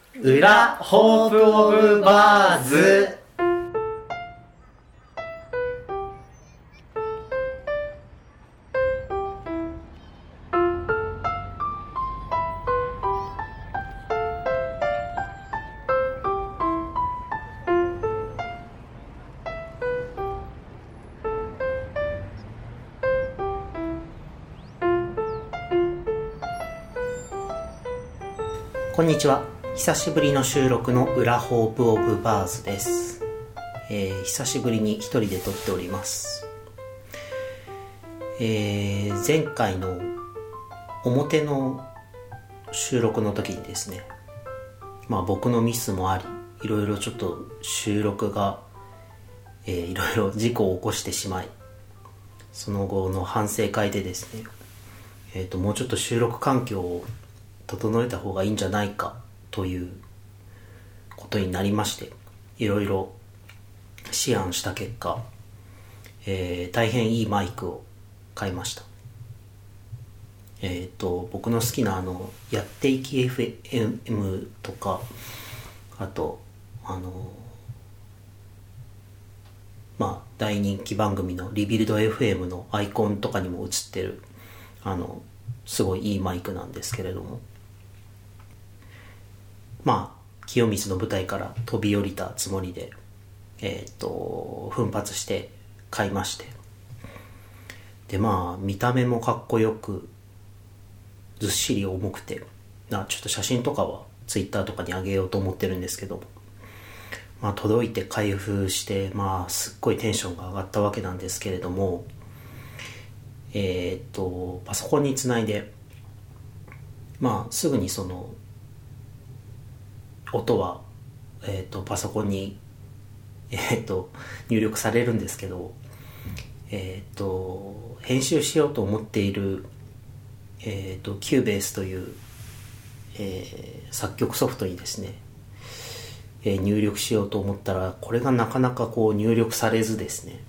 裏ホープオブバーズ。こんにちは。久しぶりの収録の裏ホープオブバーズです。久しぶりに一人で撮っております。前回の表の収録の時にですね、僕のミスもあり、いろいろちょっと収録が、いろいろ事故を起こしてしまい、その後の反省会でですね、もうちょっと収録環境を整えた方がいいんじゃないかということになりまして、いろいろ思案した結果、大変いいマイクを買いました。僕の好きなやっていき FM とか、あと大人気番組のリビルド FM のアイコンとかにも映ってるすごいいいマイクなんですけれども、清水の舞台から飛び降りたつもりで奮発して買いまして、で見た目もかっこよくずっしり重くて、ちょっと写真とかはツイッターとかに上げようと思ってるんですけども、届いて開封してすっごいテンションが上がったわけなんですけれども、パソコンにつないで、すぐにその音は、パソコンに、入力されるんですけど、編集しようと思っている、Cubase という、作曲ソフトにですね、入力しようと思ったら、これがなかなか入力されずですね、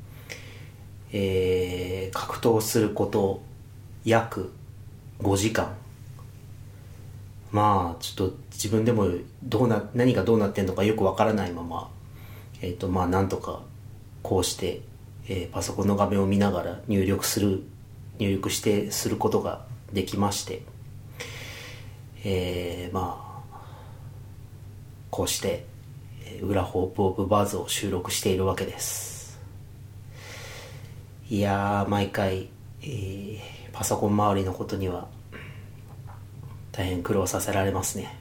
格闘すること約5時間、ちょっと自分でも何がどうなってんのかよくわからないまま、なんとかこうして、パソコンの画面を見ながら入力してすることができまして、こうして裏ホープオブバーズを収録しているわけです。いやー、毎回、パソコン周りのことには大変苦労させられますね。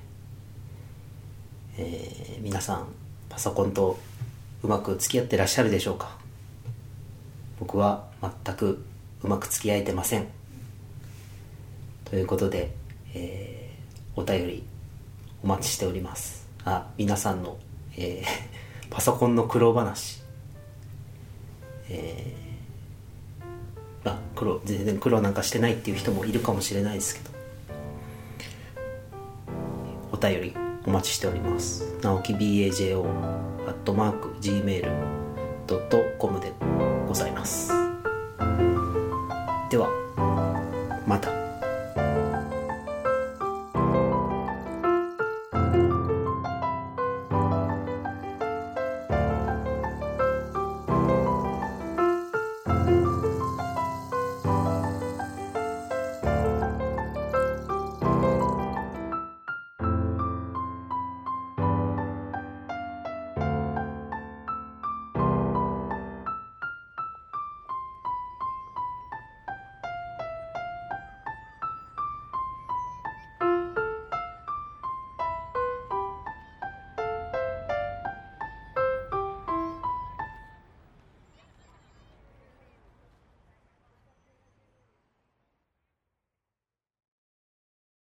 皆さんパソコンとうまく付き合ってらっしゃるでしょうか。僕は全くうまく付き合えてません。ということで、お便りお待ちしております。皆さんの、パソコンの苦労話、全然苦労なんかしてないっていう人もいるかもしれないですけど、お便りお待ちしております。直樹 BAJO@gmail.com でございます。